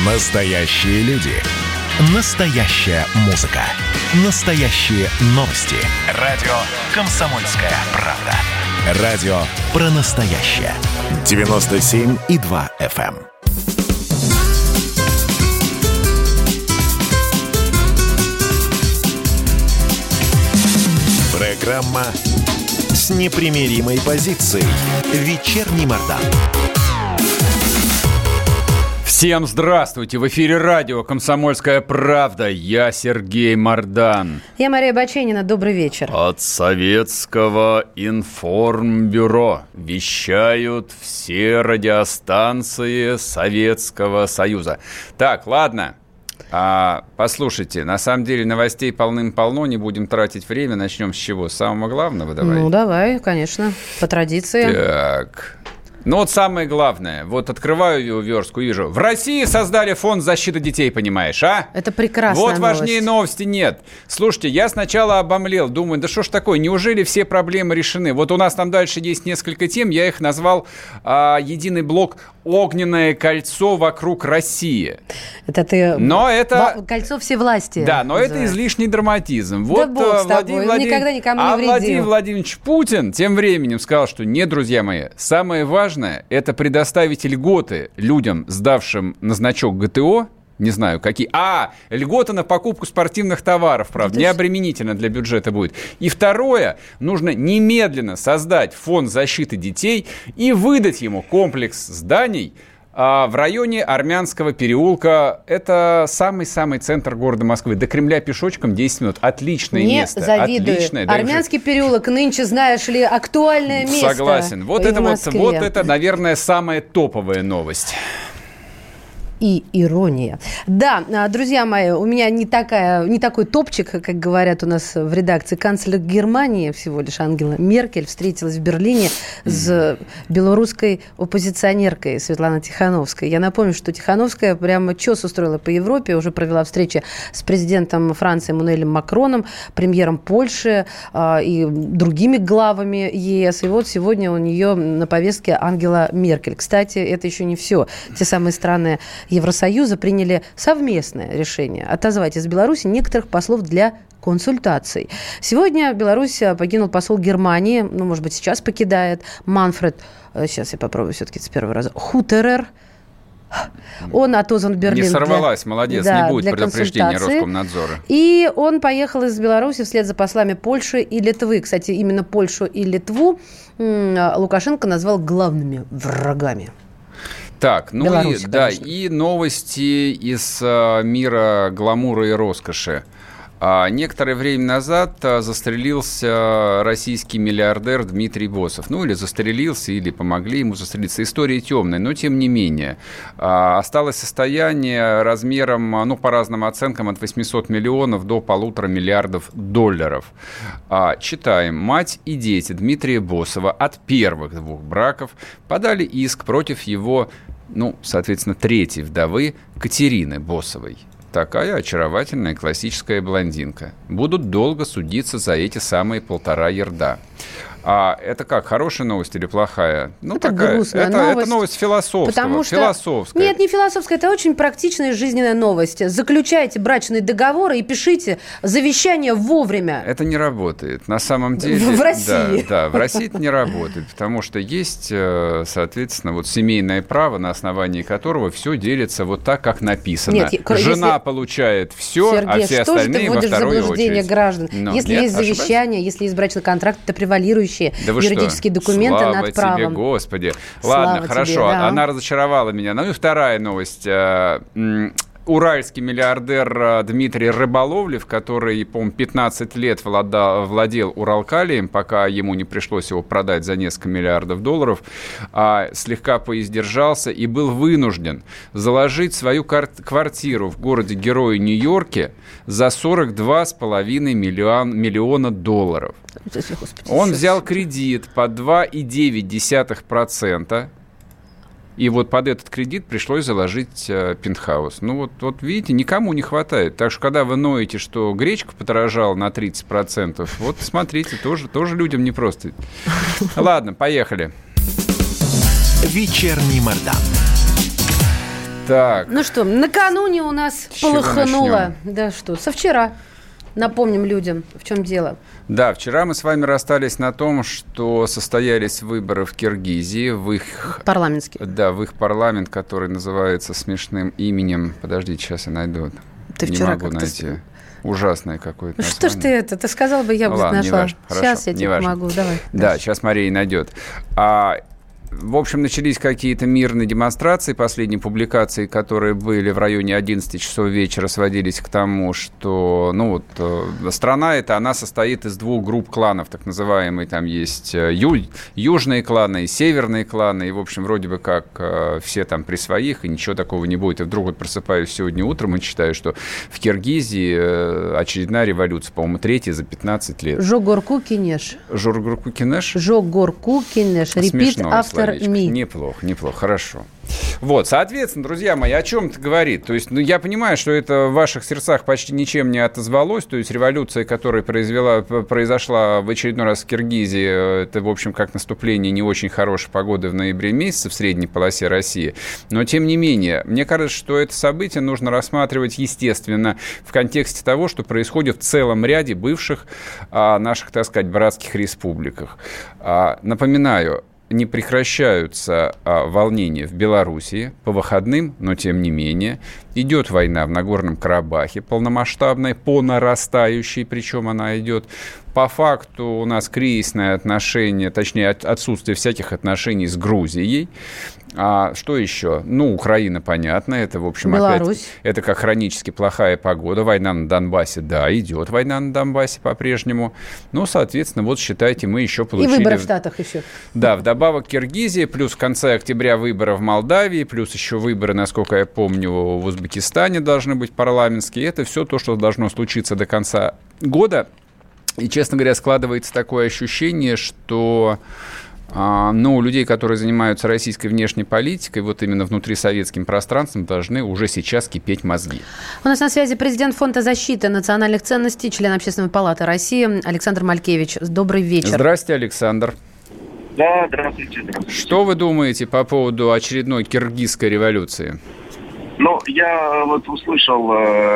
Настоящие люди. Настоящая музыка. Настоящие новости. Радио «Комсомольская правда». Радио про настоящее. 97,2 FM. Программа с непримиримой позицией. Вечерний Мордан. Всем здравствуйте! В эфире радио «Комсомольская правда». Я Сергей Мордан. Я Мария Баченина. Добрый вечер. От Советского информбюро вещают все радиостанции Советского Союза. Так, ладно. Послушайте, на самом деле новостей полным-полно, не будем тратить время. Начнем с чего? С самого главного давай? Ну, давай, конечно, по традиции. Так... Ну вот самое главное, вот открываю верстку и вижу, в России создали фонд защиты детей, понимаешь, а? Это прекрасная вот новость. Важнее новости нет. Слушайте, я сначала обомлел, думаю, да что ж такое, неужели все проблемы решены? Вот у нас там дальше есть несколько тем, я их назвал единый блок «Огненное кольцо вокруг России». Это ты... Но это... Кольцо всевластия. Да, но это излишний драматизм. Да вот, бог с тобой, никогда никому не вредил. Владимир Владимирович Путин тем временем сказал, что нет, друзья мои, самое важное – это предоставить льготы людям, сдавшим на значок ГТО, не знаю, какие. Льготы на покупку спортивных товаров, правда, необременительно для бюджета будет. И второе, нужно немедленно создать фонд защиты детей и выдать ему комплекс зданий в районе Армянского переулка. Это самый-самый центр города Москвы. До Кремля пешочком 10 минут. Отличное место. Не завидую. Отличное, Армянский переулок нынче, знаешь ли, актуальное место. Согласен. Вот это, наверное, самая топовая новость. И ирония. Да, друзья мои, у меня не такой топчик, как говорят у нас в редакции. Канцлер Германии, всего лишь Ангела Меркель, встретилась в Берлине с белорусской оппозиционеркой Светланой Тихановской. Я напомню, что Тихановская прямо чёс устроила по Европе, уже провела встречи с президентом Франции Эммануэлем Макроном, премьером Польши и другими главами ЕС. И вот сегодня у нее на повестке Ангела Меркель. Кстати, это еще не все. Те самые страны Евросоюза приняли совместное решение отозвать из Беларуси некоторых послов для консультаций. Сегодня в Беларусь покинул посол Германии, может быть, сейчас покидает, Манфред, сейчас я попробую все-таки с первого раза, Хутерер. Он отозван в Берлин. Не сорвалась, молодец, не будет предупреждения Роскомнадзора. И он поехал из Беларуси вслед за послами Польши и Литвы. Кстати, именно Польшу и Литву Лукашенко назвал главными врагами. Так, Беларусь, и новости из мира гламура и роскоши. Некоторое время назад застрелился российский миллиардер Дмитрий Босов. Или застрелился, или помогли ему застрелиться. История темная, но тем не менее. Осталось состояние размером, по разным оценкам, от 800 миллионов до 1,5 миллиарда долларов. Читаем. Мать и дети Дмитрия Босова от первых 2 браков подали иск против его, соответственно, третьей вдовы Катерины Босовой. Такая очаровательная классическая блондинка. Будут долго судиться за эти самые 1,5 ярда. Это как, хорошая новость или плохая? Это грустная новость. Это новость философская. Философская. Нет, не философская, это очень практичная жизненная новость. Заключайте брачные договоры и пишите завещание вовремя. Это не работает. На самом деле... В России. Да, в России это не работает, потому что есть, соответственно, семейное право, на основании которого все делится вот так, как написано. Жена получает все, Сергей, все остальные во вторую очередь. Что же ты вводишь в заблуждение граждан? Если есть завещание, если есть брачный контракт, это превалирующие юридические документы над правом. Слава тебе, Господи. Ладно, хорошо, она разочаровала меня. И вторая новость. Уральский миллиардер Дмитрий Рыболовлев, который, по-моему, 15 лет владел Уралкалием, пока ему не пришлось его продать за несколько миллиардов долларов, слегка поиздержался и был вынужден заложить свою квартиру в городе-герое Нью-Йорке за 42,5 миллиона долларов. Он взял кредит под 2,9%. И вот под этот кредит пришлось заложить пентхаус. Вот видите, никому не хватает. Так что, когда вы ноете, что гречка подорожала на 30%, вот смотрите, тоже людям непросто. Ладно, поехали. Вечерний Мордан. Так. Ну что, накануне у нас полыхнуло. Да что, со вчера. Напомним людям, в чем дело. Да, вчера мы с вами расстались на том, что состоялись выборы в Киргизии, в их... Парламентские. Да, в их парламент, который называется смешным именем... Подождите, сейчас я найду. Ты не вчера могу найти. Ужасное какое-то название. Что ж ты это? Ты сказал бы, я бы нашла. Сейчас я тебе помогу. Давай. Да, сейчас Мария найдет. В общем, начались какие-то мирные демонстрации. Последние публикации, которые были в районе 11 часов вечера, сводились к тому, что страна эта, она состоит из двух групп кланов, так называемые. Там есть южные кланы и северные кланы. И, в общем, вроде бы как все там при своих, и ничего такого не будет. И вдруг вот просыпаюсь сегодня утром и читаю, что в Киргизии очередная революция, по-моему, третья за 15 лет. Жогорку кинеш. Жогорку кинеш? Жогорку кинеш. Репит автор. Неплохо, хорошо. Вот, соответственно, друзья мои, о чем это говорит? То есть, я понимаю, что это в ваших сердцах почти ничем не отозвалось. То есть, революция, которая произошла в очередной раз в Киргизии, это, в общем, как наступление не очень хорошей погоды в ноябре месяце в средней полосе России. Но, тем не менее, мне кажется, что это событие нужно рассматривать, естественно, в контексте того, что происходит в целом ряде бывших наших, так сказать, братских республиках. Напоминаю, не прекращаются волнения в Белоруссии по выходным, но тем не менее. Идет война в Нагорном Карабахе, полномасштабная, по нарастающей, причем она идет. По факту у нас кризисное отношение, точнее, отсутствие всяких отношений с Грузией. А что еще? Украина, понятно, это, в общем, Беларусь. Опять, это как хронически плохая погода. Война на Донбассе, да, идет война на Донбассе по-прежнему. Соответственно, вот считайте, мы еще получили... И выборы в Штатах еще. Да, вдобавок Киргизия, плюс в конце октября выборы в Молдавии, плюс еще выборы, насколько я помню, в Узбекистане должны быть парламентские. Это все то, что должно случиться до конца года. И, честно говоря, складывается такое ощущение, что у людей, которые занимаются российской внешней политикой, вот именно внутрисоветским пространством, должны уже сейчас кипеть мозги. У нас на связи президент Фонда защиты национальных ценностей, член Общественной палаты России Александр Малькевич. Добрый вечер. Здравствуйте, Александр. Да, здравствуйте. Что вы думаете по поводу очередной киргизской революции? Я вот услышал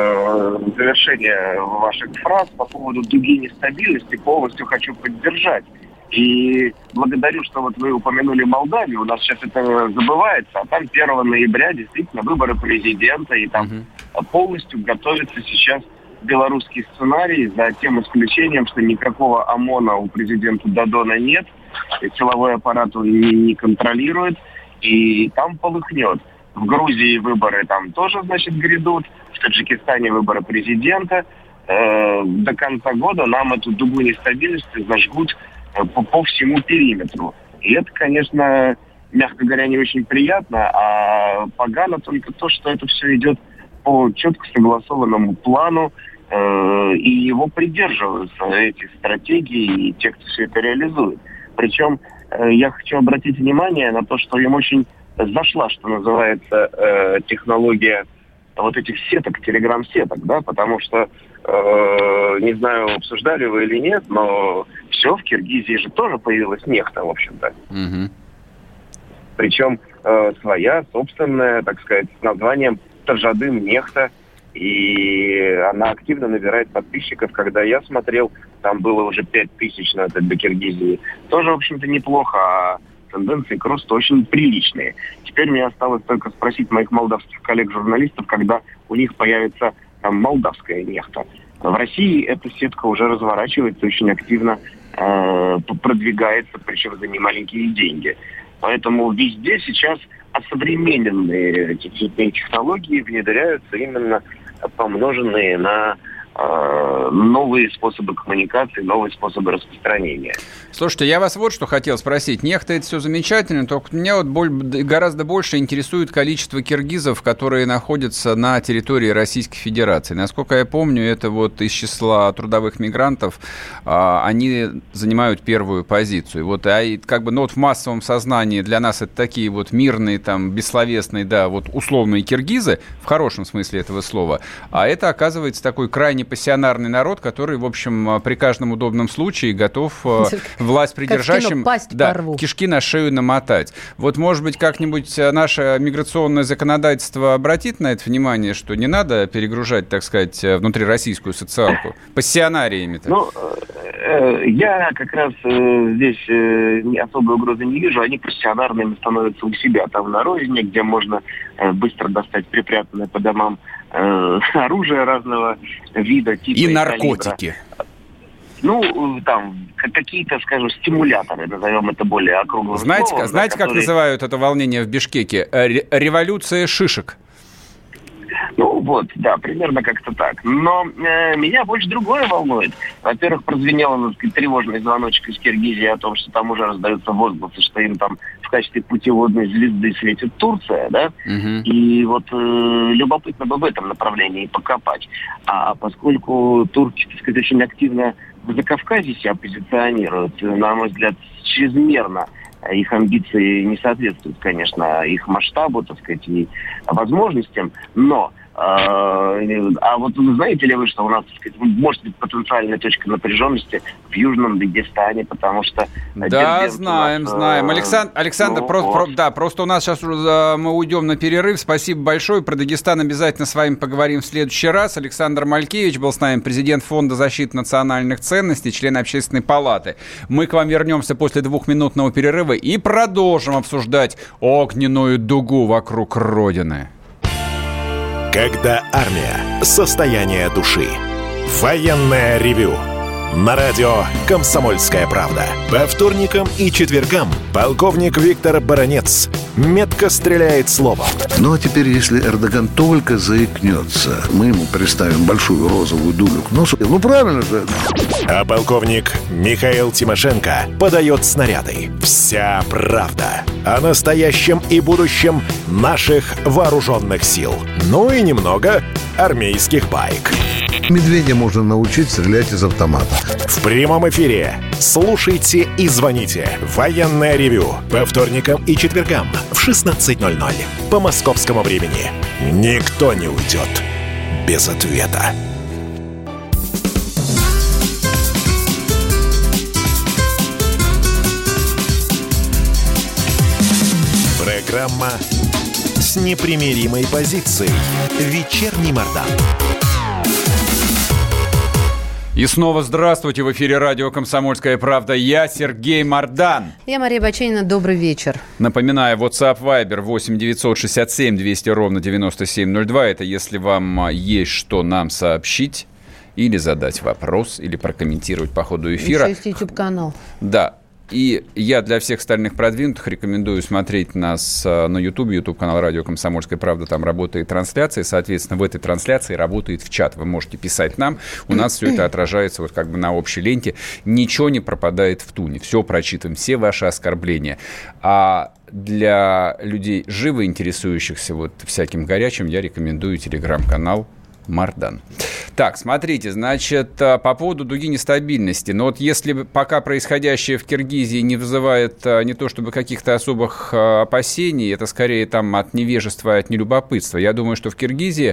завершение ваших фраз по поводу дуги нестабильности, полностью хочу поддержать. И благодарю, что вот вы упомянули Молдавию, у нас сейчас это забывается, а там 1 ноября действительно выборы президента, и там полностью готовится сейчас белорусский сценарий, за тем исключением, что никакого ОМОНа у президента Додона нет, и силовой аппарат он не контролирует, и там полыхнет. В Грузии выборы там тоже, грядут. В Таджикистане выборы президента. До конца года нам эту дугу нестабильности зажгут по всему периметру. И это, конечно, мягко говоря, не очень приятно, а погано только то, что это все идет по четко согласованному плану, и его придерживаются, эти стратегии, и те, кто все это реализует. Причем я хочу обратить внимание на то, что им очень зашла, что называется, технология вот этих сеток, телеграм-сеток, да, потому что, не знаю, обсуждали вы или нет, но все, в Киргизии же тоже появилась нефта, в общем-то. Угу. Причем своя, собственная, так сказать, с названием Таджадым нефта, и она активно набирает подписчиков. Когда я смотрел, там было уже 5000 на это для Киргизии. Тоже, в общем-то, неплохо, а тенденции к росту очень приличные. Теперь мне осталось только спросить моих молдавских коллег-журналистов, когда у них появится там молдавская нефта. В России эта сетка уже разворачивается, очень активно продвигается, причем за немаленькие деньги. Поэтому везде сейчас осовремененные технологии внедряются, именно помноженные на новые способы коммуникации, новые способы распространения. Слушайте, я вас вот что хотел спросить. Нефта — это все замечательно, только меня вот гораздо больше интересует количество киргизов, которые находятся на территории Российской Федерации. Насколько я помню, это вот из числа трудовых мигрантов, они занимают первую позицию. Вот, в массовом сознании для нас это такие вот мирные, там, бессловесные, да, вот условные киргизы, в хорошем смысле этого слова, а это, оказывается, такой крайне пассионарный народ, который, в общем, при каждом удобном случае готов власть придержащим кишки на шею намотать. Вот, может быть, как-нибудь наше миграционное законодательство обратит на это внимание, что не надо перегружать, так сказать, внутрироссийскую социалку пассионариями-то? Ну, я как раз здесь особой угрозы не вижу. Они пассионарными становятся у себя там на родине, где можно быстро достать припрятанное по домам оружие разного вида, типа и наркотики. Калибра. Ну, там, какие-то, скажем, стимуляторы, назовем это более округлым словом. Знаете, которые... как называют это волнение в Бишкеке? Революция шишек. Ну вот, да, примерно как-то так. Но меня больше другое волнует. Во-первых, прозвенел, так сказать, тревожный звоночек из Киргизии о том, что там уже раздаются возгласы, что им там в качестве путеводной звезды светит Турция, да? Угу. И вот любопытно бы в этом направлении покопать. А поскольку турки, так сказать, очень активно в Закавказье себя позиционируют, на мой взгляд, чрезмерно их амбиции не соответствуют, конечно, их масштабу, так сказать, и возможностям, но вот знаете ли вы, что у нас, так сказать, может быть потенциальная точка напряженности в Южном Дагестане, потому что... Да, знаем. Александр, просто у нас сейчас мы уйдем на перерыв. Спасибо большое. Про Дагестан обязательно с вами поговорим в следующий раз. Александр Малькевич был с нами, президент Фонда защиты национальных ценностей, член Общественной палаты. Мы к вам вернемся после 2-минутного перерыва и продолжим обсуждать огненную дугу вокруг Родины. Когда армия. Состояние души. Военное ревю. На радио «Комсомольская правда». По вторникам и четвергам полковник Виктор Баранец метко стреляет словом. Ну а теперь, если Эрдоган только заикнется, мы ему приставим большую розовую дулю к носу. Ну правильно же. А полковник Михаил Тимошенко подает снаряды. Вся правда о настоящем и будущем наших вооруженных сил. Ну и немного армейских баек. Медведя можно научить стрелять из автомата. В прямом эфире. Слушайте и звоните. Военное ревю. По вторникам и четвергам в 16:00 по московскому времени. Никто не уйдет без ответа. Программа с непримиримой позицией. Вечерний Мордан. И снова здравствуйте. В эфире радио «Комсомольская правда». Я Сергей Мордан. Я Мария Баченина. Добрый вечер. Напоминаю, WhatsApp, Viber 8 967 200 ровно 9702. Это если вам есть что нам сообщить или задать вопрос, или прокомментировать по ходу эфира. Еще есть YouTube-канал. Да. И я для всех остальных продвинутых рекомендую смотреть нас на YouTube, YouTube-канал «Радио Комсомольская правда». Там работает трансляция, соответственно, в этой трансляции работает в чат. Вы можете писать нам, у нас все это отражается вот как бы на общей ленте. Ничего не пропадает в туне, все прочитываем, все ваши оскорбления. А для людей, живо интересующихся вот всяким горячим, я рекомендую телеграм-канал Мордан. Так, смотрите, значит, по поводу дуги нестабильности. Но вот если пока происходящее в Киргизии не вызывает не то чтобы каких-то особых опасений, это скорее там от невежества и от нелюбопытства. Я думаю, что в Киргизии,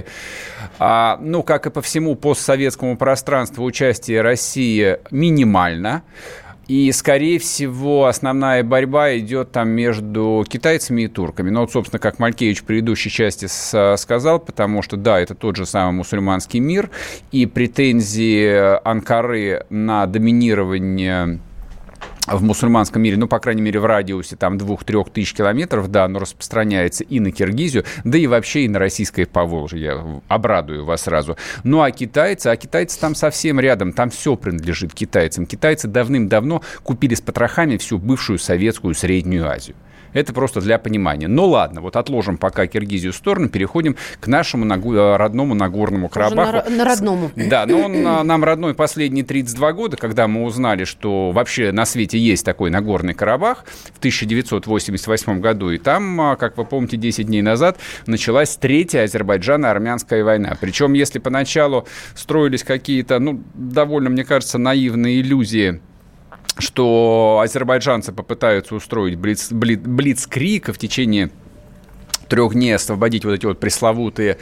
ну, как и по всему постсоветскому пространству, участие России минимально. И, скорее всего, основная борьба идет там между китайцами и турками. Ну, вот, собственно, как Малькевич в предыдущей части сказал, потому что, да, это тот же самый мусульманский мир, и претензии Анкары на доминирование в мусульманском мире, ну, по крайней мере, в радиусе там 2-3 тысяч километров, да, оно распространяется и на Киргизию, да и вообще и на российское Поволжье, я обрадую вас сразу. Ну, а китайцы там совсем рядом, там все принадлежит китайцам. Китайцы давным-давно купили с потрохами всю бывшую советскую Среднюю Азию. Это просто для понимания. Ну ладно, вот отложим пока Киргизию в сторону, переходим к нашему родному Нагорному Карабаху. На родному. Да, но он нам родной последние 32 года, когда мы узнали, что вообще на свете есть такой Нагорный Карабах в 1988 году. И там, как вы помните, 10 дней назад началась Третья Азербайджано-армянская война. Причем, если поначалу строились какие-то, ну, довольно, мне кажется, наивные иллюзии, что азербайджанцы попытаются устроить блицкриг в течение 3 дней освободить вот эти вот пресловутые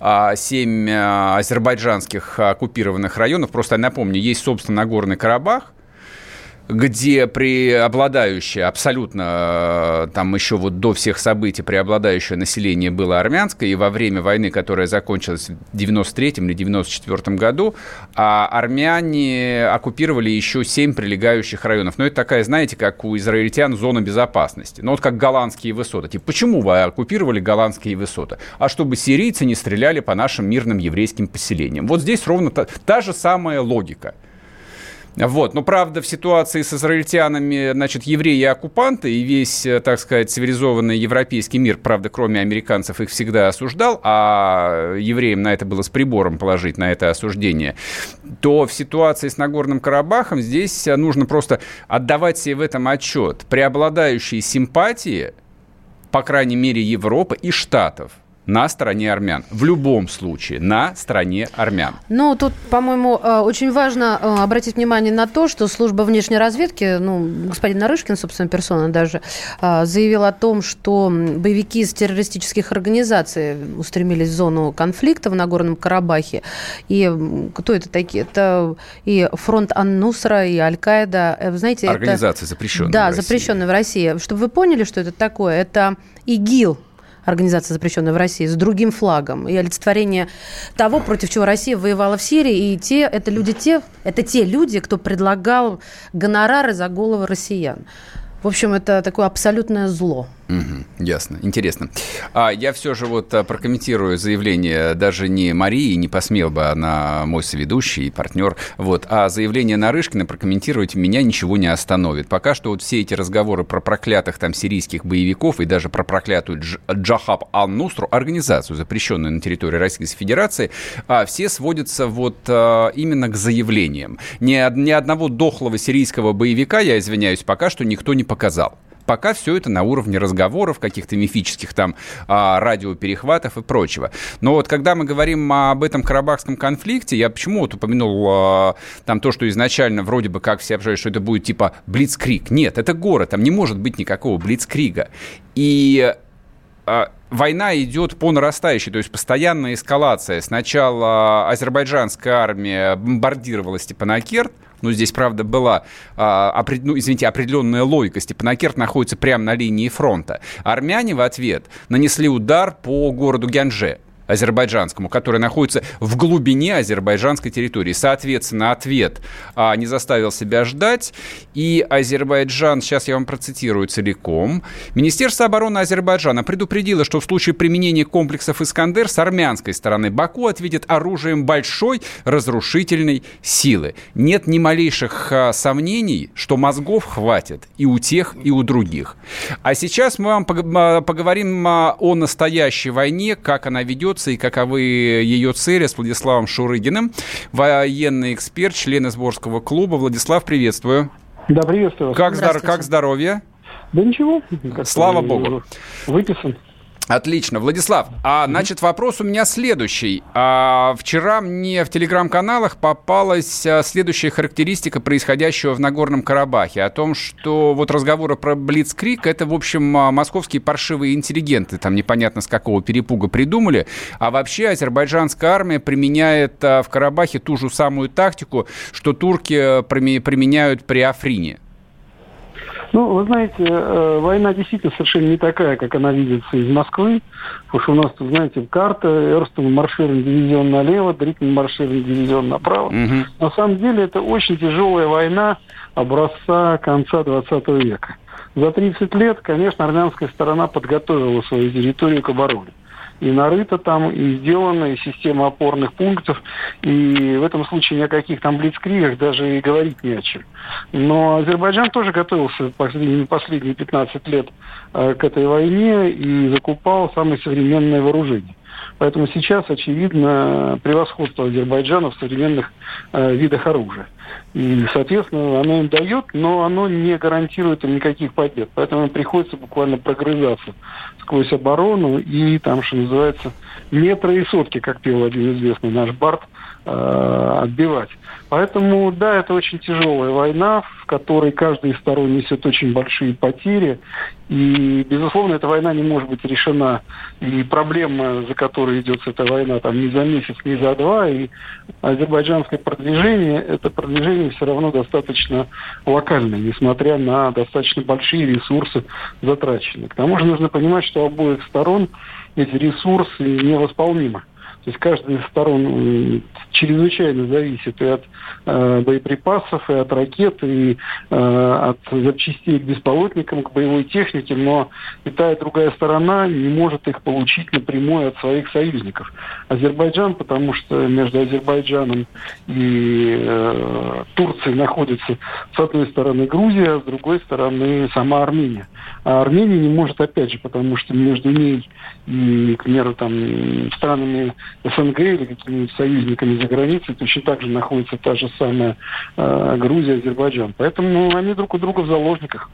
7 азербайджанских оккупированных районов. Просто я напомню, есть, собственно, Нагорный Карабах, где преобладающее, абсолютно там еще вот до всех событий преобладающее население было армянское, и во время войны, которая закончилась в 93-м или 94-м году, армяне оккупировали еще 7 прилегающих районов. Но это такая, знаете, как у израильтян зона безопасности. Ну вот как Голландские высоты. Типа, почему вы оккупировали Голландские высоты? А чтобы сирийцы не стреляли по нашим мирным еврейским поселениям. Вот здесь ровно та же самая логика. Вот. Но, правда, в ситуации с израильтянами, значит, евреи-оккупанты и весь, так сказать, цивилизованный европейский мир, правда, кроме американцев, их всегда осуждал, а евреям на это было с прибором положить, на это осуждение, то в ситуации с Нагорным Карабахом здесь нужно просто отдавать себе в этом отчет. Преобладающие симпатии, по крайней мере, Европы и Штатов, на стороне армян. В любом случае, на стороне армян. Ну, тут, по-моему, очень важно обратить внимание на то, что служба внешней разведки, господин Нарышкин, собственно, персона даже, заявил о том, что боевики из террористических организаций устремились в зону конфликта в Нагорном Карабахе. И кто это такие? Это и фронт Ан-Нусра, и Аль-Каида. Знаете, организация, запрещенная в России. Да, запрещенная в России. Чтобы вы поняли, что это такое, это ИГИЛ, организация, запрещенная в России, с другим флагом. И олицетворение того, против чего Россия воевала в Сирии. И это те люди, кто предлагал гонорары за головы россиян. В общем, это такое абсолютное зло. Ясно. Интересно. Я все же вот прокомментирую заявление даже не Марии, не посмел бы, она мой соведущий и партнер, вот, а заявление Нарышкина прокомментировать меня ничего не остановит. Пока что вот все эти разговоры про проклятых там сирийских боевиков и даже про проклятую Джабхат ан-Нусру, организацию, запрещенную на территории Российской Федерации, все сводятся вот именно к заявлениям. Ни одного дохлого сирийского боевика, я извиняюсь, пока что никто не показал. Пока все это на уровне разговоров, каких-то мифических там радиоперехватов и прочего. Но вот когда мы говорим об этом карабахском конфликте, я почему вот упомянул там то, что изначально вроде бы как все обсуждают, что это будет типа блицкриг. Нет, это город, там не может быть никакого блицкрига. И война идет по нарастающей, то есть постоянная эскалация. Сначала азербайджанская армия бомбардировала Степанакерт. Ну, здесь, правда, была, определенная логика. Степанакерт находится прямо на линии фронта. Армяне в ответ нанесли удар по городу Гянже, азербайджанскому, который находится в глубине азербайджанской территории. Соответственно, ответ не заставил себя ждать. И Азербайджан, сейчас я вам процитирую целиком. Министерство обороны Азербайджана предупредило, что в случае применения комплексов «Искандер» с армянской стороны Баку ответит оружием большой разрушительной силы. Нет ни малейших сомнений, что мозгов хватит и у тех, и у других. А сейчас мы вам поговорим о настоящей войне, как она ведется и каковы ее цели, с Владиславом Шурыгиным, военный эксперт, член Изборского клуба. Владислав, приветствую. Да, приветствую. Как здоровье? Да ничего. Слава богу. Выписан. Отлично. Владислав, значит, вопрос у меня следующий. Вчера мне в телеграм-каналах попалась следующая характеристика происходящего в Нагорном Карабахе. О том, что вот разговоры про блицкриг, это, в общем, московские паршивые интеллигенты, там непонятно с какого перепуга придумали. А вообще азербайджанская армия применяет в Карабахе ту же самую тактику, что турки применяют при Африне. Ну, вы знаете, война действительно совершенно не такая, как она видится из Москвы, потому что у нас, знаете, карта, Эрстон марширует дивизион налево, Дритман марширует дивизион направо. Угу. На самом деле это очень тяжелая война образца конца 20 века. За 30 лет, конечно, армянская сторона подготовила свою территорию к обороне. И нарыто там, и сделана, и система опорных пунктов. И в этом случае ни о каких там блицкригах даже и говорить не о чем. Но Азербайджан тоже готовился последние 15 лет к этой войне и закупал самое современное вооружение. Поэтому сейчас, очевидно, превосходство Азербайджана в современных видах оружия. И, соответственно, оно им дает, но оно не гарантирует им никаких побед. Поэтому им приходится буквально прогрызаться сквозь оборону и там, что называется, метры и сотки, как пел один известный наш бард, отбивать. Поэтому, да, это очень тяжелая война, в которой каждая из сторон несет очень большие потери. И, безусловно, эта война не может быть решена. И проблема, за которой идет эта война, там, не за месяц, не за два. И азербайджанское продвижение, это продвижение все равно достаточно локальное, несмотря на достаточно большие ресурсы затраченные. К тому же нужно понимать, что у обоих сторон эти ресурсы невосполнимы. То есть каждая из сторон чрезвычайно зависит и от боеприпасов, и от ракет, и от запчастей к беспилотникам, к боевой технике, но и та, и другая сторона не может их получить напрямую от своих союзников. Азербайджан, потому что между Азербайджаном и Турцией находится с одной стороны Грузия, а с другой стороны сама Армения. А Армения не может, опять же, потому что между ней и, к примеру, там, странами СНГ или какими-нибудь союзниками за границей точно так же находится та же самая Грузия, Азербайджан. Поэтому они друг у друга в заложниках.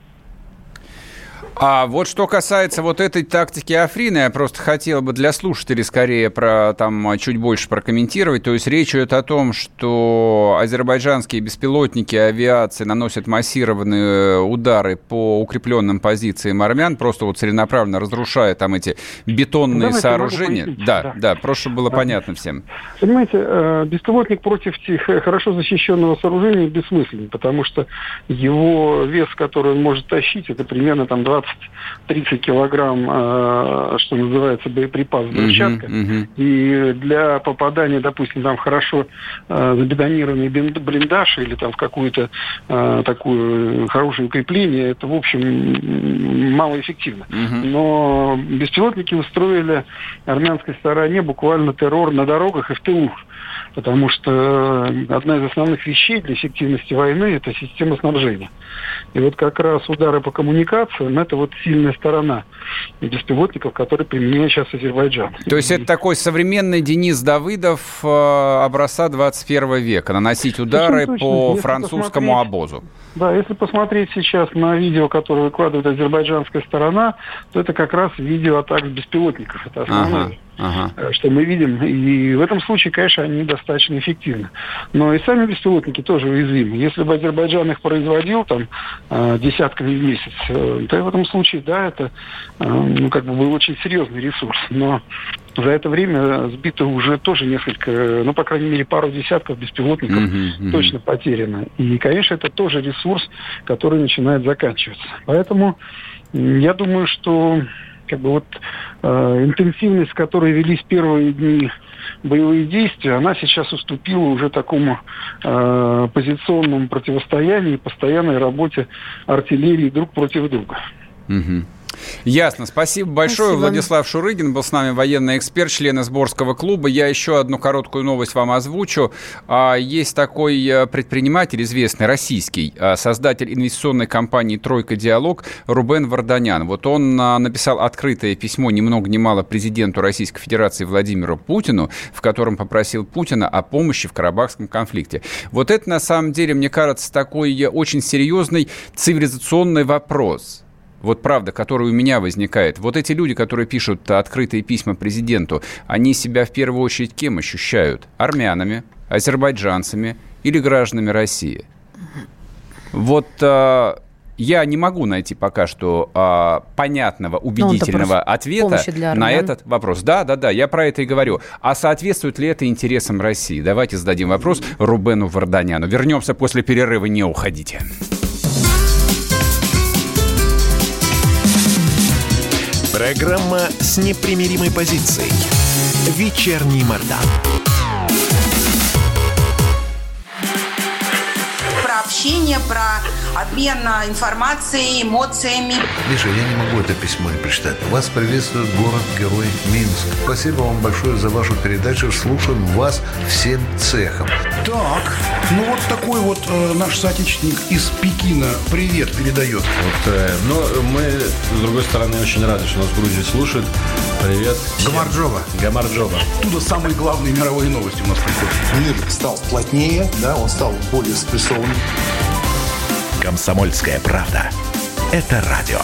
А вот что касается вот этой тактики Африна, я просто хотел бы для слушателей скорее чуть больше прокомментировать. То есть речь идет о том, что азербайджанские беспилотники авиации наносят массированные удары по укрепленным позициям армян, просто вот целенаправленно разрушая там эти бетонные сооружения. Да, просто чтобы было понятно всем. Понимаете, беспилотник против хорошо защищенного сооружения бессмысленный, потому что его вес, который он может тащить, это примерно там 20-30 килограмм, что называется, боеприпас, взрывчатка. И для попадания, допустим, там хорошо забетонированный блиндаж или там в какую-то такую хорошее укрепление, это, в общем, малоэффективно. Но беспилотники устроили армянской стороне буквально террор на дорогах и в тылу. Потому что одна из основных вещей для эффективности войны – это система снабжения. И вот как раз удары по коммуникациям – это вот сильная сторона беспилотников, которые применяет сейчас Азербайджан. То есть это такой современный Денис Давыдов образца 21 века – наносить удары по французскому обозу. Да, если посмотреть сейчас на видео, которое выкладывает азербайджанская сторона, то это как раз видео атак беспилотников. Это основное. Что мы видим. И в этом случае, конечно, они достаточно эффективны. Но и сами беспилотники тоже уязвимы. Если бы Азербайджан их производил там десятками в месяц, то в этом случае, да, это был очень серьезный ресурс. Но за это время сбито уже тоже несколько, по крайней мере, пару десятков беспилотников точно потеряно. И, конечно, это тоже ресурс, который начинает заканчиваться. Поэтому я думаю, что интенсивность, с которой велись первые дни боевые действия, она сейчас уступила уже такому позиционному противостоянию и постоянной работе артиллерии друг против друга. Ясно. Спасибо большое. Спасибо. Владислав Шурыгин был с нами, военный эксперт, член Изборского клуба. Я еще одну короткую новость вам озвучу. Есть такой предприниматель, известный, российский, создатель инвестиционной компании «Тройка Диалог» Рубен Варданян. Вот он написал открытое письмо ни много ни мало президенту Российской Федерации Владимиру Путину, в котором попросил Путина о помощи в Карабахском конфликте. Вот это, на самом деле, мне кажется, такой очень серьезный цивилизационный вопрос. Вот правда, который у меня возникает. Вот эти люди, которые пишут открытые письма президенту, они себя в первую очередь кем ощущают? Армянами, азербайджанцами или гражданами России? Вот я не могу найти пока что понятного, убедительного ответа на этот вопрос. Да, я про это и говорю. А соответствует ли это интересам России? Давайте зададим вопрос Рубену Варданяну. Вернемся после перерыва, не уходите. Программа с непримиримой позицией. Вечерний Мордан. Про общение, про обмен информацией, эмоциями. Миша, я не могу это письмо не прочитать. Вас приветствует город-герой Минск. Спасибо вам большое за вашу передачу. Слушаем вас всем цехом. Так, ну вот такой вот наш соотечественник из Пекина привет передает. Вот, но мы, с другой стороны, очень рады, что нас в Грузии слушают. Привет. Гамарджоба. Гамарджоба. Оттуда самые главные мировые новости у нас приходят. Мир стал плотнее, да, он стал более спрессованным. «Комсомольская правда». Это радио.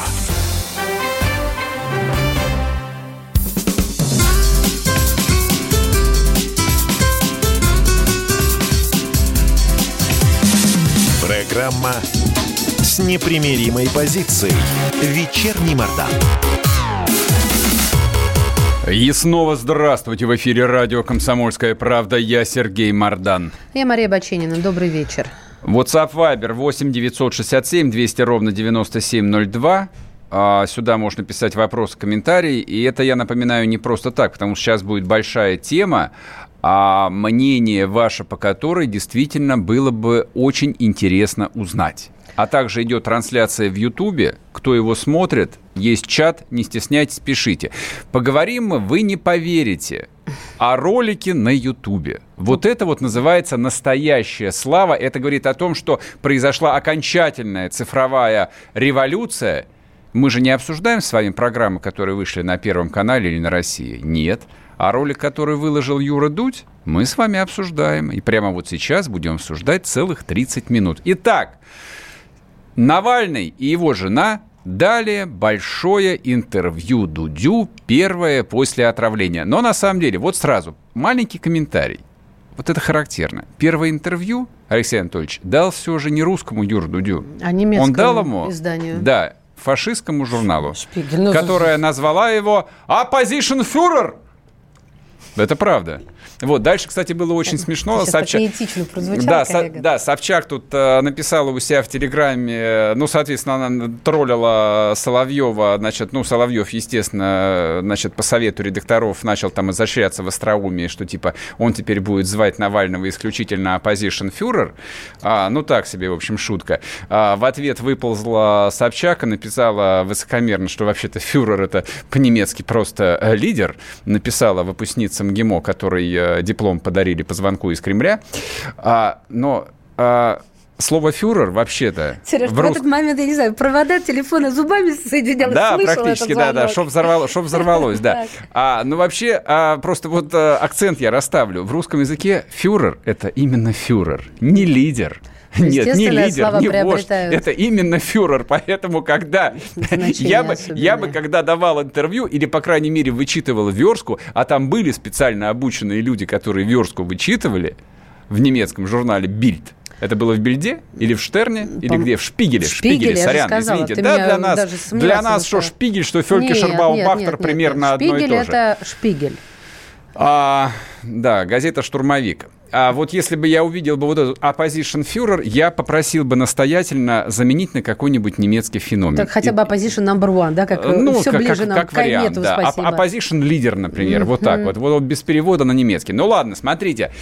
Программа с непримиримой позицией. Вечерний Мардан. И снова здравствуйте. В эфире радио «Комсомольская правда». Я Сергей Мардан. Я Мария Баченина. Добрый вечер. WhatsApp Viber 8 967 200 ровно 9702. Сюда можно писать вопросы, комментарии. И это, я напоминаю, не просто так, потому что сейчас будет большая тема, а мнение ваше по которой действительно было бы очень интересно узнать. А также идет трансляция в Ютубе. Кто его смотрит, есть чат, не стесняйтесь, пишите. Поговорим мы, вы не поверите, о ролике на Ютубе. Вот это вот называется настоящая слава. Это говорит о том, что произошла окончательная цифровая революция. Мы же не обсуждаем с вами программы, которые вышли на Первом канале или на России. Нет. А ролик, который выложил Юра Дудь, мы с вами обсуждаем. И прямо вот сейчас будем обсуждать целых 30 минут. Итак, Навальный и его жена дали большое интервью Дудю, первое после отравления. Но на самом деле, вот сразу, маленький комментарий. Вот это характерно. Первое интервью Алексей Анатольевич дал все же не русскому Юру Дудю. А немецкому Он дал ему, изданию. Да, фашистскому журналу, Шпигель, которая назвала его «Opposition Führer». Это правда. Вот, дальше, кстати, было очень смешно. Собчак... так неэтично прозвучало, коллега. Да, Собчак тут написала у себя в Телеграме, ну, соответственно, она троллила Соловьева, значит, ну, Соловьев, естественно, значит, по совету редакторов начал там изощряться в остроумии, что, типа, он теперь будет звать Навального исключительно opposition Führer. Ну, так себе, в общем, шутка. В ответ выползла Собчак и написала высокомерно, что, вообще-то, фюрер — это по-немецки просто лидер. Написала выпускница МГИМО, который диплом подарили по звонку из Кремля. Но слово «фюрер» вообще-то... Сереж, в этот момент, я не знаю, провода телефона зубами соединялись. Да, практически, да, чтоб взорвалось, да. Ну, вообще, просто вот акцент я расставлю. В русском языке фюрер — это именно фюрер, не лидер. Нет, не лидер, не вождь, это именно фюрер. Поэтому, когда я бы, когда давал интервью, или, по крайней мере, вычитывал верстку, а там были специально обученные люди, которые верстку вычитывали в немецком журнале «Бильд». Это было в «Бильде» или в «Штерне», или где? В «Шпигеле». «Шпигеле», сорян, сказала, извините. Да, для нас что «Шпигель», что «Фелькишер-Баумбахтер» примерно одно и то же. «Шпигель» — это «Шпигель». Да, газета «Штурмовик». А вот если бы я увидел бы вот этот opposition Führer, я попросил бы настоятельно заменить на какой-нибудь немецкий феномен. Так хотя бы opposition number one, да, как все ближе нам к вариант, да. Opposition leader, например, вот так вот. Вот без перевода на немецкий. Ну ладно, смотрите.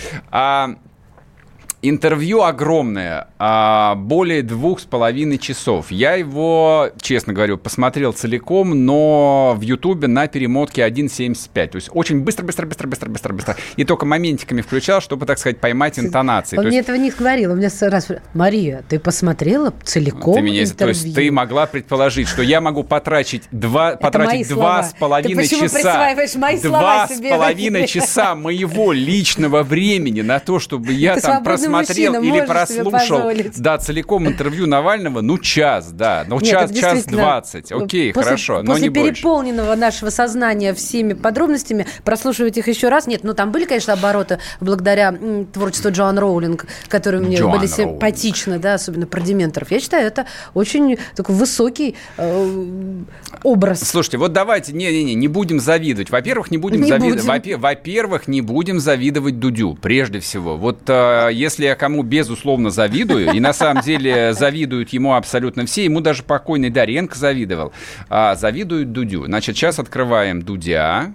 Интервью огромное, более 2,5 часов. Я его, честно говорю, посмотрел целиком, но в Ютубе на перемотке 1.75. То есть очень быстро. И только моментиками включал, чтобы, так сказать, поймать интонации. Он мне этого не говорил. У меня раз: Мария, ты посмотрела целиком интервью? То есть ты могла предположить, что я могу потратить 2,5 часа. Мои слова себе? 2,5 часа моего личного времени на то, чтобы я там просмотрел или прослушал, да, целиком интервью Навального, час 20. Окей, хорошо, но не больше. После переполненного нашего сознания всеми подробностями, прослушивать их еще раз, нет, там были, конечно, обороты благодаря творчеству Джоан Роулинг, которые мне были симпатичны, да, особенно про дементоров. Я считаю, это очень такой высокий образ. Слушайте, вот давайте, не будем завидовать. Во-первых, не будем завидовать Дудю, прежде всего. Вот если я кому безусловно завидую, и на самом деле завидуют ему абсолютно все, ему даже покойный Доренко завидовал, завидуют Дудю. Значит, сейчас открываем Дудя.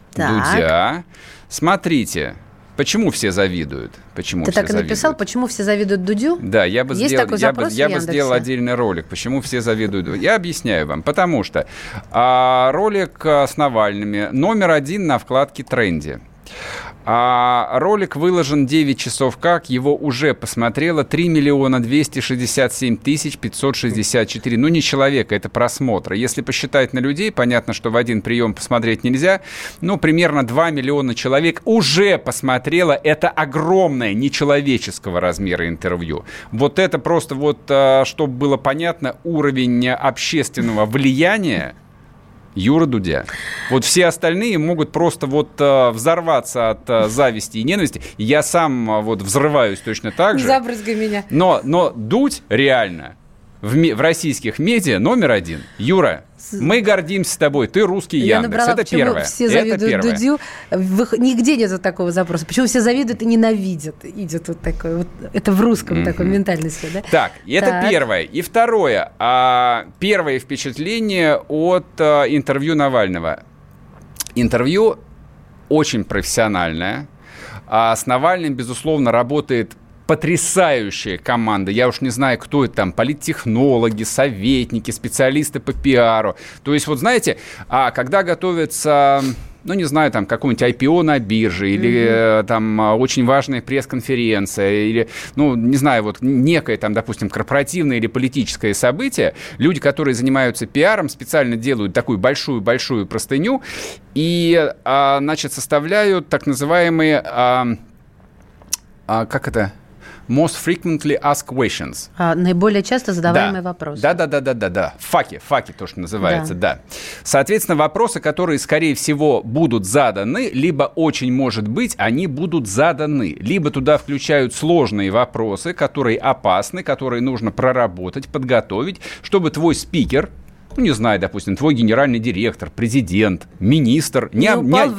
Смотрите, почему все завидуют? Ты так и написал, почему все завидуют Дудю? Да, я бы сделал отдельный ролик, почему все завидуют. Я объясняю вам. Потому что ролик с Навальными номер 1 на вкладке «Тренде». Ролик выложен 9 часов как, его уже посмотрело 3 267 564. Ну, не человека, это просмотры. Если посчитать на людей, понятно, что в один прием посмотреть нельзя, но примерно 2 миллиона человек уже посмотрело это огромное, нечеловеческого размера интервью. Вот это просто вот, чтобы было понятно, уровень общественного влияния Юры Дудя. Вот все остальные могут просто вот взорваться от зависти и ненависти. Я сам вот взрываюсь точно так же. Забрызгай меня. Но Дудь реально в российских медиа номер один. Юра, мы гордимся тобой, ты русский Яндекс. Это первое. Все завидуют Дудю. Нигде нет такого запроса. Почему все завидуют и ненавидят? Идет вот такое. Вот, это в русском такой ментальности, да? Так, это первое. И второе. Первое впечатление от интервью Навального. Интервью очень профессиональное. С Навальным, безусловно, работает потрясающая команда. Я уж не знаю, кто это там, политтехнологи, советники, специалисты по пиару. То есть, вот знаете, когда готовится, ну, не знаю, там, какой-нибудь IPO на бирже, или там очень важная пресс-конференция, или, ну, не знаю, вот некое там, допустим, корпоративное или политическое событие, люди, которые занимаются пиаром, специально делают такую большую-большую простыню и, значит, составляют так называемые, как это? Most frequently asked questions. Наиболее часто задаваемые вопросы. Да. Факи, то, что называется, да. Соответственно, вопросы, которые, скорее всего, будут заданы, либо, очень может быть, они будут заданы. Либо туда включают сложные вопросы, которые опасны, которые нужно проработать, подготовить, чтобы твой спикер, ну, не знаю, допустим, твой генеральный директор, президент, министр не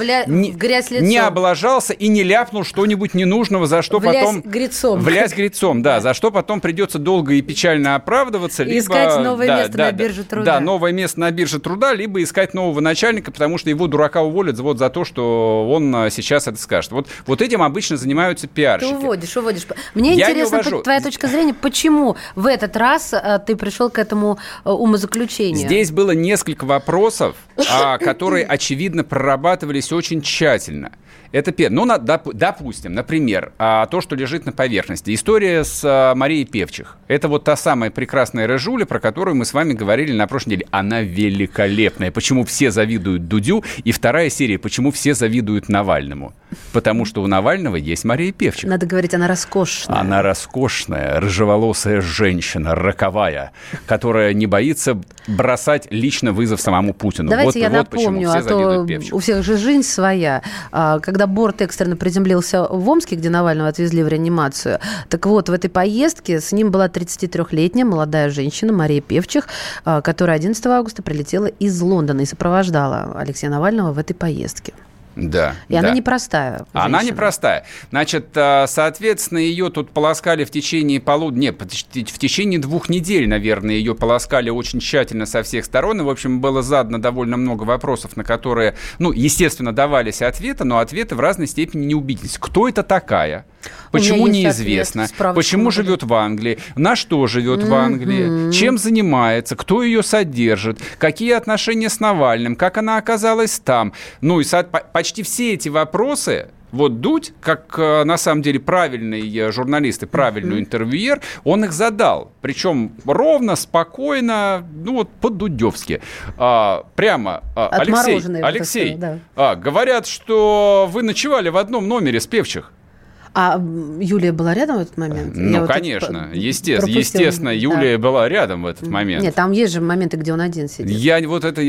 облажался и не ляпнул что-нибудь ненужного, за что потом... Влясь грецом, да, за что потом придется долго и печально оправдываться. И искать новое место на бирже труда. Да, новое место на бирже труда, либо искать нового начальника, потому что его дурака уволят вот за то, что он сейчас это скажет. Вот этим обычно занимаются пиарщики. Ты уводишь. Мне интересно, твоя точка зрения, почему в этот раз ты пришел к этому умозаключению? Здесь было несколько вопросов, которые, очевидно, прорабатывались очень тщательно. Это первое. Ну, допустим, например, то, что лежит на поверхности. История с Марией Певчих. Это вот та самая прекрасная рыжуля, про которую мы с вами говорили на прошлой неделе. Она великолепная. Почему все завидуют Дудю? И вторая серия, почему все завидуют Навальному? Потому что у Навального есть Мария Певчих. Надо говорить, она роскошная. Она роскошная, рыжеволосая женщина, роковая, которая не боится бросать лично вызов самому Путину. Давайте я напомню, а то у всех же жизнь своя. Когда борт экстренно приземлился в Омске, где Навального отвезли в реанимацию, так вот, в этой поездке с ним была 33-летняя молодая женщина Мария Певчих, которая 11 августа прилетела из Лондона и сопровождала Алексея Навального в этой поездке. Да. И она непростая. Она непростая. Значит, соответственно, ее тут полоскали в течение в течение 2 недель, наверное, ее полоскали очень тщательно со всех сторон. И, в общем, было задано довольно много вопросов, на которые, ну, естественно, давались ответы, но ответы в разной степени не убедились. Кто это такая? Почему неизвестно? Почему живет в Англии? На что живет в Англии? Чем занимается? Кто ее содержит? Какие отношения с Навальным? Как она оказалась там? Ну и почти все эти вопросы вот Дудь, как на самом деле правильный журналист и правильный интервьюер, он их задал. Причем ровно, спокойно, ну вот по-дудевски. Прямо, Алексей, говорят, что вы ночевали в одном номере с Певчих. А Юлия была рядом в этот момент? Ну, конечно, естественно, Юлия была рядом в этот момент. Нет, там есть же моменты, где он один сидит. Я же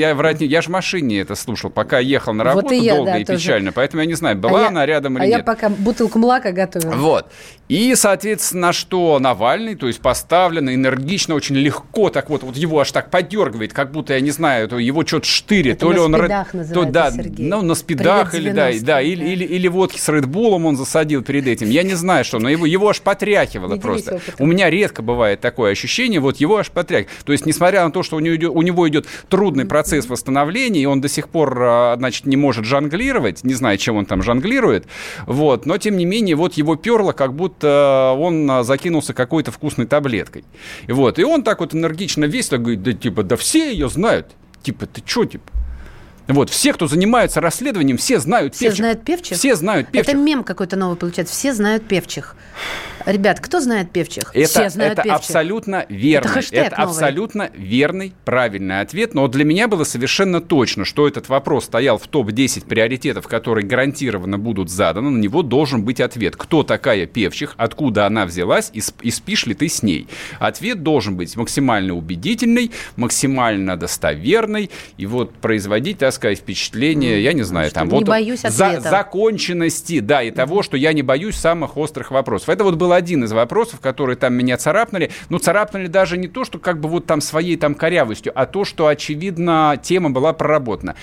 в машине это слушал, пока ехал на работу долго и печально, поэтому я не знаю, была она рядом или нет. А я пока бутылку молока готовила. Вот. И, соответственно, на что Навальный, то есть поставлен энергично, очень легко, так вот его аж так подергивает, как будто, я не знаю, его что-то штырит. Это на спидах называется, Сергей. Ну, на спидах или водки с Редбулом он засадил перед этим. Я не знаю, что, но его аж потряхивало просто. У меня редко бывает такое ощущение, вот его аж потряхивает. То есть, несмотря на то, что у него идет трудный процесс восстановления, и он до сих пор, значит, не может жонглировать, не знаю, чем он там жонглирует, вот, но, тем не менее, вот его перло, как будто он закинулся какой-то вкусной таблеткой. И он так вот энергично весь, так говорит, да все ее знают. Типа, ты что, типа? Вот, все, кто занимается расследованием, все знают Певчих. Все знают Певчих? Все знают Певчих. Это мем какой-то новый получается. Все знают Певчих. Ребят, кто знает Певчих? Все знают Певчих. Абсолютно верно. Это абсолютно верный, правильный ответ. Но для меня было совершенно точно, что этот вопрос стоял в топ-10 приоритетов, которые гарантированно будут заданы. На него должен быть ответ. Кто такая Певчих? Откуда она взялась? И спишь ли ты с ней? Ответ должен быть максимально убедительный, максимально достоверный. И вот производить, так сказать, впечатление, я не знаю, там вот законченности, да, и того, что я не боюсь самых острых вопросов. Это вот был один из вопросов, которые там меня царапнули. Ну, царапнули даже не то, что как бы вот там своей там корявостью, а то, что, очевидно, тема была проработана.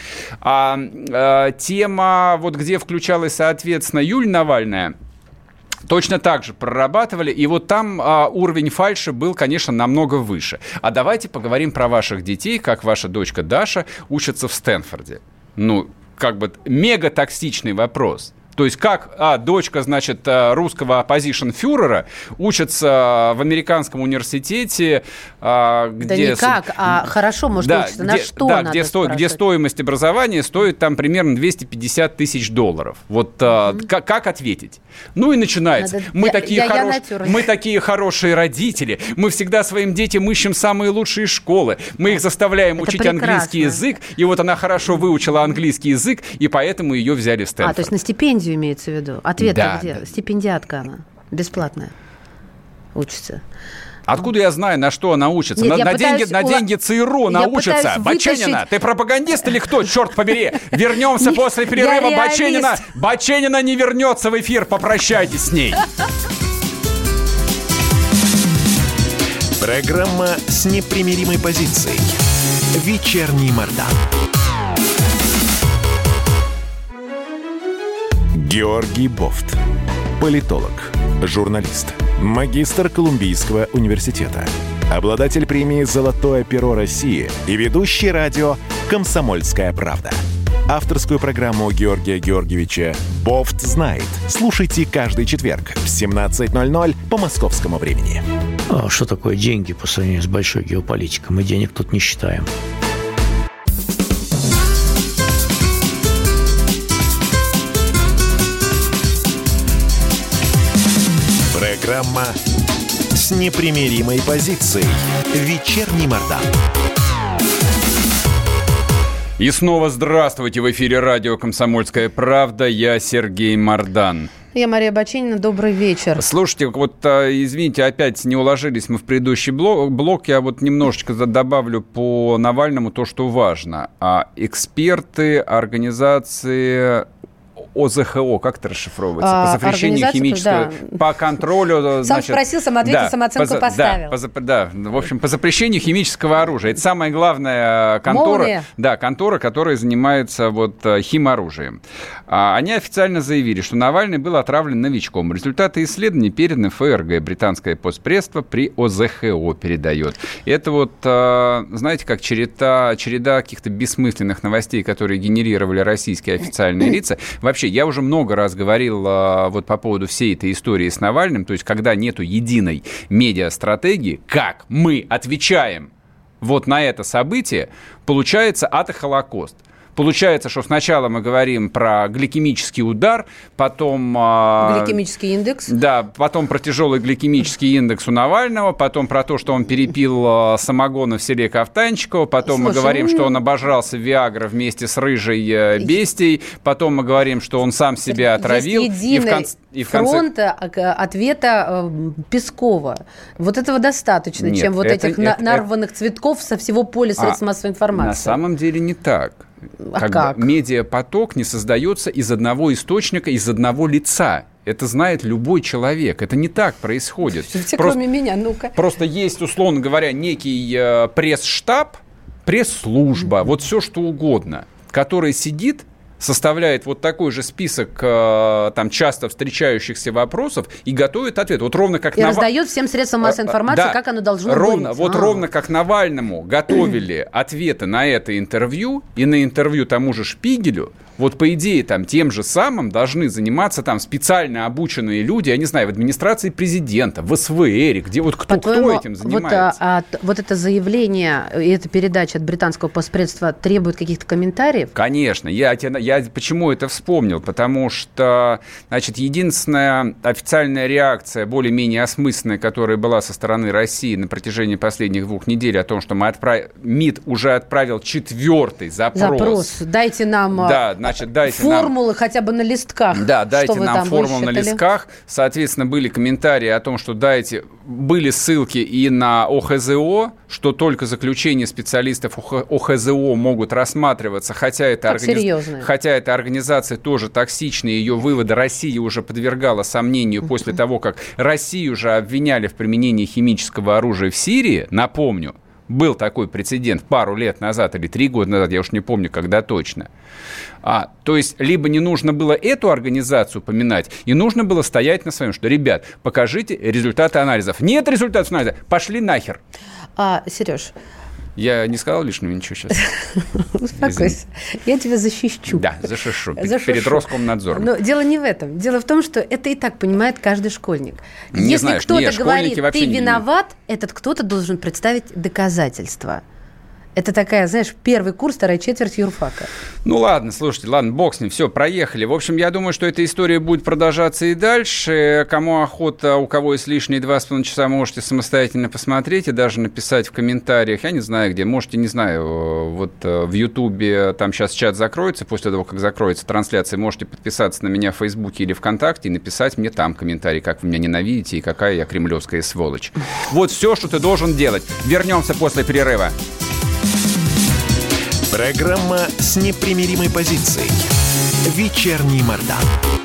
Тема, вот где включалась, соответственно, Юлия Навальная, точно так же прорабатывали, и вот там уровень фальши был, конечно, намного выше. А давайте поговорим про ваших детей, как ваша дочка Даша учится в Стэнфорде. Ну, как бы мега-токсичный вопрос. То есть как дочка, значит, русского оппозишн-фюрера учится в американском университете, где... Да никак, а хорошо, может, учиться. На что надо где стоимость образования стоит там примерно $250 тысяч. Вот как ответить? Ну и начинается. Мы такие хорошие родители, мы всегда своим детям ищем самые лучшие школы, мы их заставляем учить английский язык, и вот она хорошо выучила английский язык, и поэтому ее взяли в Стэнфорд. То есть на стипендию имеется в виду. Ответ-то где? Да. Стипендиатка она. Бесплатная. Учится. Откуда я знаю, на что она учится? Нет, на деньги ЦРУ она учится. Баченина, ты пропагандист или кто? Черт побери. Вернемся после перерыва. Баченина не вернется в эфир. Попрощайтесь с ней. Программа с непримиримой позицией. Вечерний Мардан. Георгий Бофт. Политолог, журналист, магистр Колумбийского университета, обладатель премии «Золотое перо России» и ведущий радио «Комсомольская правда». Авторскую программу Георгия Георгиевича «Бофт знает». Слушайте каждый четверг в 17:00 по московскому времени. Что такое деньги по сравнению с большой геополитикой? Мы денег тут не считаем. Программа с непримиримой позицией. Вечерний Мардан. И снова здравствуйте. В эфире радио «Комсомольская правда». Я Сергей Мардан. Я Мария Баченина. Добрый вечер. Слушайте, вот, извините, опять не уложились мы в предыдущий блок. Я вот немножечко добавлю по Навальному то, что важно. Эксперты, организации... ОЗХО, как это расшифровывается? По запрещению химического... Да. По контролю... Сам спросил, сам ответил, самооценку поставил. В общем, по запрещению химического оружия. Это самая главная контора... Да, контора, которая занимается вот химоружием. Они официально заявили, что Навальный был отравлен новичком. Результаты исследований переданы ФРГ. Британское постпредство при ОЗХО передает. Это вот, знаете, как череда каких-то бессмысленных новостей, которые генерировали российские официальные лица. Вообще, я уже много раз говорил вот по поводу всей этой истории с Навальным, то есть когда нету единой медиастратегии, как мы отвечаем вот на это событие, получается ад-холокост. Получается, что сначала мы говорим про гликемический удар, потом... Гликемический индекс? Да, потом про тяжелый гликемический индекс у Навального, потом про то, что он перепил самогона в селе Ковтанчиково, потом мы говорим, что он обожрался Виагра вместе с рыжей бестией, потом мы говорим, что он сам себя отравил. Есть единый фронт ответа Пескова. Вот этого достаточно, Нет, чем вот этих нарванных цветков со всего поля средств массовой информации. На самом деле не так. Как? Медиапоток не создается из одного источника, из одного лица. Это знает любой человек. Это не так происходит. Кроме меня, ну-ка. Просто есть, условно говоря, некий пресс-штаб, пресс-служба, вот все что угодно, который сидит, составляет вот такой же список там часто встречающихся вопросов и готовит ответ. Вот ровно как раздает всем средствам массовой информации, да, как оно должно быть. Вот ровно как Навальному готовили ответы на это интервью и на интервью тому же Шпигелю, Вот по идее там тем же самым должны заниматься там специально обученные люди, я не знаю, в администрации президента, в СВР, где вот кто этим занимается. Вот это заявление и эта передача от британского постпредства требует каких-то комментариев? Конечно. Я почему это вспомнил? Потому что, значит, единственная официальная реакция, более-менее осмысленная, которая была со стороны России на протяжении последних 2 недель о том, что МИД уже отправил 4-й запрос. Дайте нам дайте формулы хотя бы на листках. Да, дайте нам формулы на листках. Соответственно, были комментарии о том, что были ссылки и на ОХЗО, что только заключения специалистов ОХЗО могут рассматриваться, хотя эта организация тоже токсична, ее выводы Россия уже подвергала сомнению после того, как Россию уже обвиняли в применении химического оружия в Сирии, напомню. Был такой прецедент пару лет назад или 3 года назад, я уж не помню, когда точно. То есть, либо не нужно было эту организацию поминать, и нужно было стоять на своем, что, ребят, покажите результаты анализов. Нет результатов анализа, пошли нахер. Сереж, я не сказал лишнего ничего сейчас. Успокойся. Я тебя защищу. Да, защищу. Перед Роскомнадзором. Но дело не в этом. Дело в том, что это и так понимает каждый школьник. Если кто-то говорит, ты виноват, этот кто-то должен представить доказательства. Это такая, знаешь, первый курс, 2-я четверть юрфака. Ну ладно, слушайте, бог с ним, все, проехали. В общем, я думаю, что эта история будет продолжаться и дальше. Кому охота, у кого есть лишние 2,5 часа, можете самостоятельно посмотреть и даже написать в комментариях. Я не знаю где, можете, не знаю, вот в Ютубе, там сейчас чат закроется, после того, как закроется трансляция, можете подписаться на меня в Фейсбуке или ВКонтакте и написать мне там комментарий, как вы меня ненавидите и какая я кремлевская сволочь. Вот все, что ты должен делать. Вернемся после перерыва. Программа с непримиримой позицией. Вечерний Мордан.